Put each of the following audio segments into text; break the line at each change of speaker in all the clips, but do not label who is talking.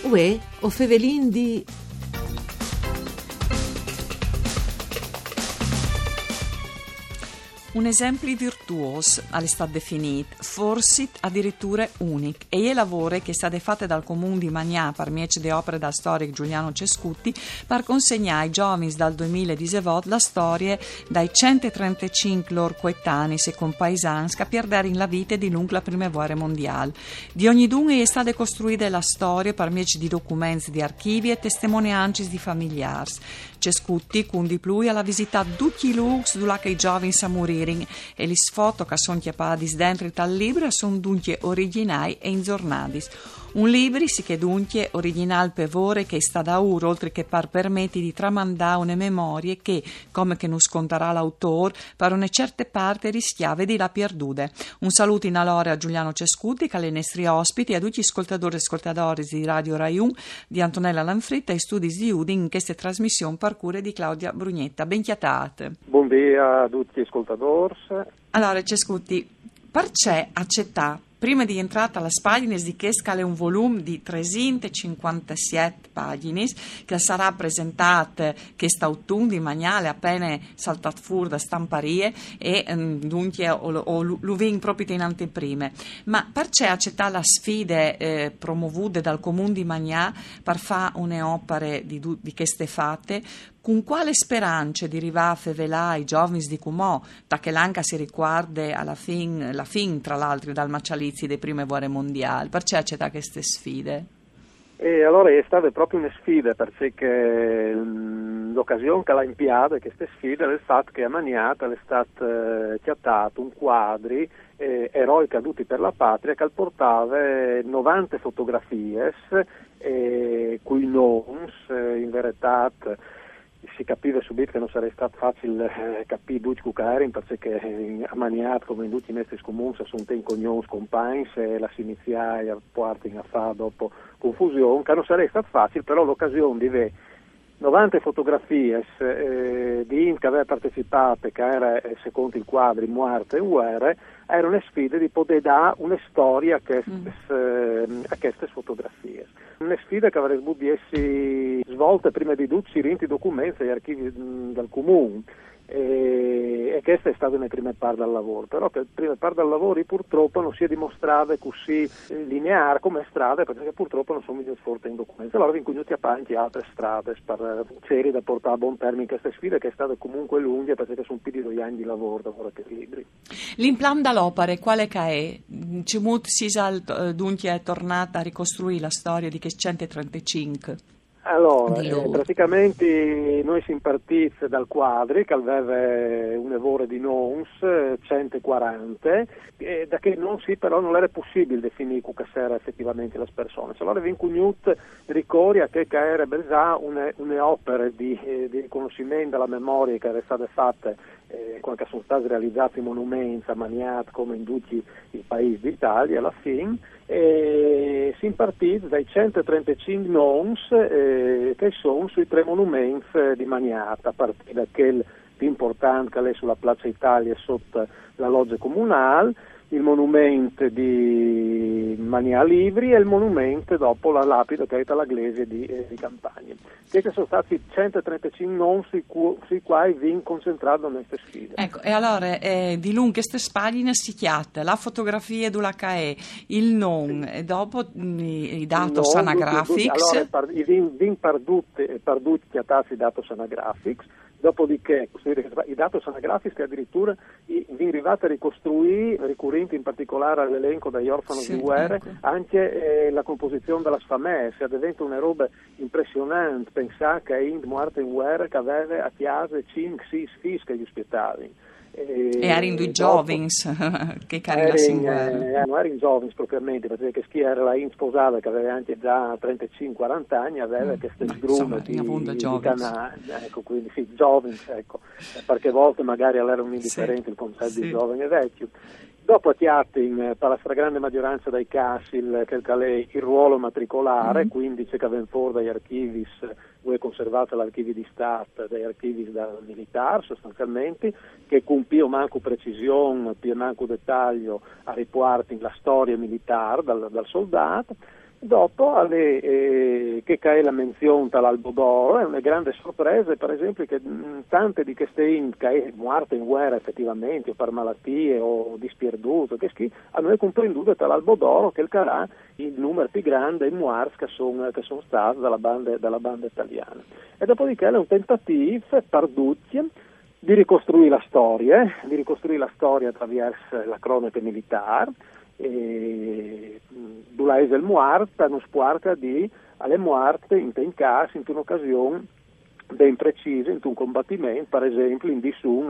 Uè, o Fevelin di...
Un esempio virtuoso è stato definito, forse addirittura unico, e i lavori che sono fatti dal Comune di Magnà per miece di opere dal storico Giuliano Cescutti per consegnare ai giovani dal 2018 la storia dai 135 loro coetanei e compaesani che perderono la vita di lungo la Prima Guerra Mondiale. Di ogni dunque è stata costruita la storia per miece di documenti di archivi e testimonianze di familiari. Cescutti, con di più, alla visita tutti i luoghi dove i giovani sono morire e le foto che sono chiappate dentro tal libro sono dunque originali e ingiornati. Un libro si che dunque originale pevore che sta da uro, oltre che per permetti di tramandare una memoria che, come che non scontarà l'autore, per una certa parte rischiava di la perdute. Un saluto in allora a Giuliano Cescutti, che è i nostri ospiti, e a tutti gli ascoltatori e ascoltatori di Radio Rai 1, di Antonella Lanfritta e studi di Udin in questa trasmissione per cura di Claudia Brugnetta. Ben chiatate.
Buongiorno a tutti gli ascoltatori.
Allora, Cescutti, perché accettare prima di entrare alla pagine di che scala un volume di 357 pagine che sarà presentato quest'autunno di Magnale appena saltato fuori da stamparie e dunque lo vin proprio in anteprime. Ma perché accettare la sfida promovute dal Comune di Magnà per fare une opere di queste fatte? Con quale speranze di arrivare a fevelà i giovani di Cumò, da che l'anca si riguarda la fin tra l'altro dal Macializzi dei Prime Guerre Mondiali? Perché c'è queste sfide?
E allora è stata proprio una sfida, perché l'occasione che l'ha impiata queste sfide è il fatto che a Magnata è stato chiattato un quadri eroi caduti per la patria che portava 90 fotografie cui noms in verità si capiva subito che non sarebbe stato facile capire due cucari, perché a Magnat come in tutti i nostri comuni sono dei cognomi compagni e la si iniziai a portare a fare dopo confusione, che non sarebbe stato facile, però l'occasione di vedere 90 fotografie di che aveva partecipato, che era secondo il quadro Muerte e Guerre, era una sfida di poter dare una storia a queste fotografie. Una sfida che avrebbe dovuto essere svolta prima di tutto si rinti documenti agli archivi del comune. E questa è stata una prima parte del lavoro, però che la prima parte del lavoro purtroppo non si è dimostrata così lineare come strada, perché purtroppo non sono migliori forti in documenti. Allora vi incognati a anche altre strade per cercare da portare a buon termine queste sfide, che è stata comunque lunga, perché sono più di 2 anni di lavoro per libri.
L'implan dall'opera quale che è? Cimut Sisal dunque è tornata a ricostruire la storia di che 135.
Allora, praticamente noi siamo partiti dal quadri che aveva un evore di nons 140 e da che non si però non era possibile definire che era effettivamente le persone. Allora vi incugnut ricordia che era già un'opera di riconoscimento della memoria che era state fatte quando sono stati realizzati monumenti a Magnat come in tutti i paesi d'Italia alla fine, e si impartiti dai 135 noms che sono sui 3 monumenti di Magnat, a partire da quel più importante che è sulla Piazza Italia sotto la loggia comunale, il monumento di Mania Libri e il monumento dopo la lapide che è alla Glesia di Campania. Questi sono stati 135 nomi sui quali vi concentrato queste sfide.
Ecco, e allora di lungo queste pagine si chiatta la fotografia dell'HE, il nome, e dopo i dati anagrafici.
Allora, vi perduti chiattati i dati anagrafici. Dopodiché, i dati anagrafici che addirittura vi arrivate a ricostruire, ricorrenti in particolare all'elenco degli orfani di guerra, ecco. Anche la composizione della sfamè, se diventa una roba impressionante, pensare che in Muerte in guerra che aveva a chiesa 5-6 figli che gli ospitavi.
E erano i giovani che caricano
non erano giovani propriamente, perché chi era la sposata che aveva anche già 35-40 anni aveva queste sgrume di canali, ecco, quindi sì, giovani, ecco, perché a volte magari erano indifferenti il concetto di giovane e vecchio. Dopo attiati per la stragrande maggioranza dei casi il ruolo matricolare, quindi c'è che aveva fuori dagli archivi, è conservato l'archivio di Stato, dagli archivi da militare sostanzialmente, che con più manco precisione, più manco dettaglio a riportare la storia militare dal soldato. Dopo, che è la menzione all'Albo d'Oro, è una grande sorpresa, per esempio, che tante di queste che è morte in guerra effettivamente, o per malattie, o dispierduto, che hanno comprenduto dall'Albo d'Oro che sarà il numero più grande di morti che sono stati dalla banda italiana. E dopodiché è un tentativo per tutti di ricostruire la storia attraverso la cronaca militare, Dulaise il Muart non spuarca di alle muerte in casi, in un'occasione ben precisa, in un combattimento, per esempio in Dissun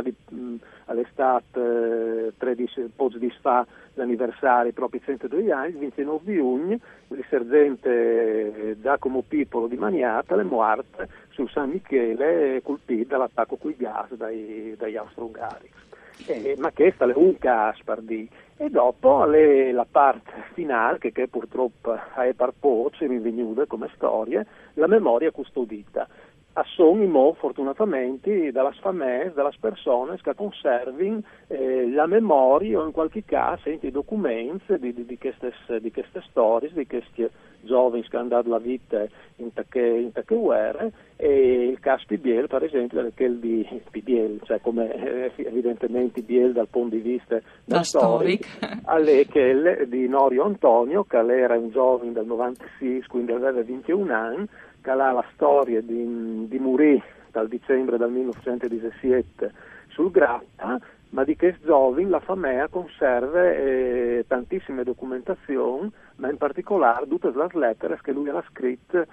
all'estate 13 pochi di fa l'anniversario proprio 102 anni, il 29 giugno, il sergente Giacomo Pipolo di Magnata, le muerte su San Michele colpite dall'attacco coi gas dagli austro-ungari. Ma questa è un caso per dire. E dopo la parte finale, che purtroppo è per poco, mi venuta come storia, la memoria custodita. Sono fortunatamente dalle famiglie, dalle persone che conservano la memoria o in qualche caso i documenti di queste storie, di questi giovani che hanno dato la vita in tacche guerre, e il caso Pibiel per esempio è quello di Pibiel, cioè come evidentemente Pibiel dal punto di vista da storico, è quello di Norio Antonio, che era un giovane del 96, quindi aveva 21 anni, che ha la storia di morì dal dicembre del 1917 sul Grappa, ma di che giovane la famiglia conserva tantissime documentazioni, ma in particolare tutte le lettere che lui aveva scritte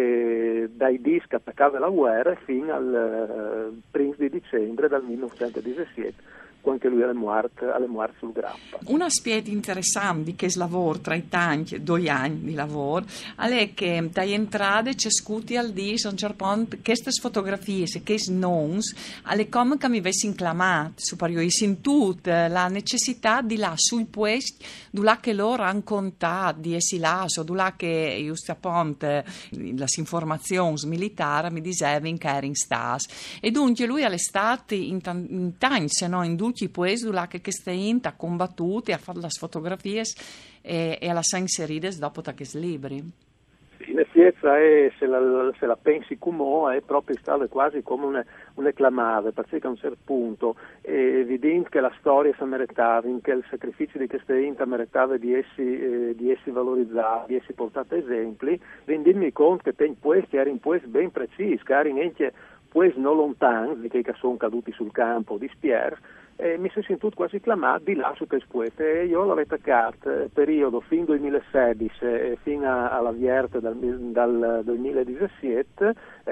dai dischi attaccati alla guerra fino al 1 di dicembre del 1917. Anche lui alle morte sul Grappa.
Un aspetto interessante che lavoro tra i tanti 2 anni di lavoro è che dai entrate c'è scuti al dis a un certo punto queste fotografie che non alle come che mi avessi inclamato superiori in tutta la necessità di là sui posti là che loro hanno contato di essi là o là che giusto appunto le informazioni militari mi dicevano che erano in stas e dunque lui all'estate in tanti se no in tutti i paesi là che ha combattuto e ha fatto le fotografie e alla inserite dopo che libri.
In effetti se la pensi come è proprio stato quasi come un'eclamave, perché a un certo punto è evidente che la storia si meritava, che il sacrificio di queste ente meritava di essi valorizzati, di essi portati esempi, rendermi conto che erano in questi ben precisi, che erano anche questi non lontani, di che sono caduti sul campo di Spier, mi sono sentito quasi clamato di là su questo poeta. Io l'ho attaccato periodo fin 2016 fino alla Vierte dal 2017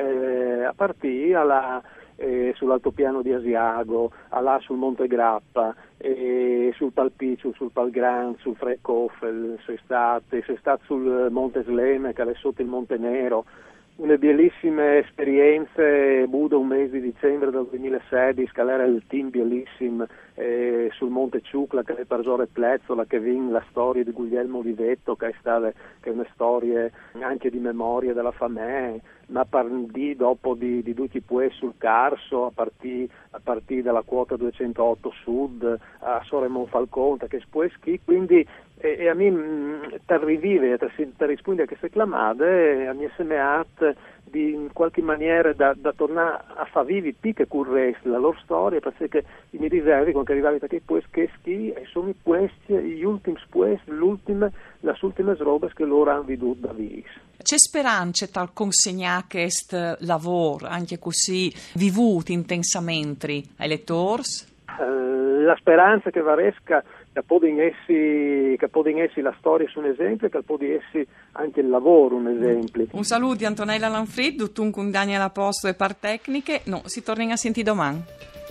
a partire sull'altopiano di Asiago, sul Monte Grappa, sul Palpiccio, sul Palgran, sul Freckhoffel, sono stato sul Monte Sleme che è sotto il Monte Nero. Una bellissime esperienze, Buda un mese di dicembre del 2016, che era il team bellissimo sul Monte Ciucla, che è per Giore Plezzola, che vin la storia di Guglielmo Vivetto, che è una storia anche di memoria della famiglia, ma dopo di tutti i poeti sul Carso, a partire dalla quota 208 Sud, a Sore Monfalcone, che è quindi e a me per rivivere, per rispondere a queste clamate, a me sembra di in qualche maniera da tornare a far vivi più con il resto la loro storia, perché mi riservi quando arrivavi perché questi sono gli ultimi poesti, le ultime robe che loro hanno veduto da vis.
C'è speranza tal consegnare questo lavoro anche così vivuto intensamente ai lettori?
La speranza che varesca che poden essi la storia su un esempio, che poden essi anche il lavoro un esempio.
Un saluto di Antonella Lanfrid, dunque un Daniel Aposto e par tecniche. No, si torna a sentire domani.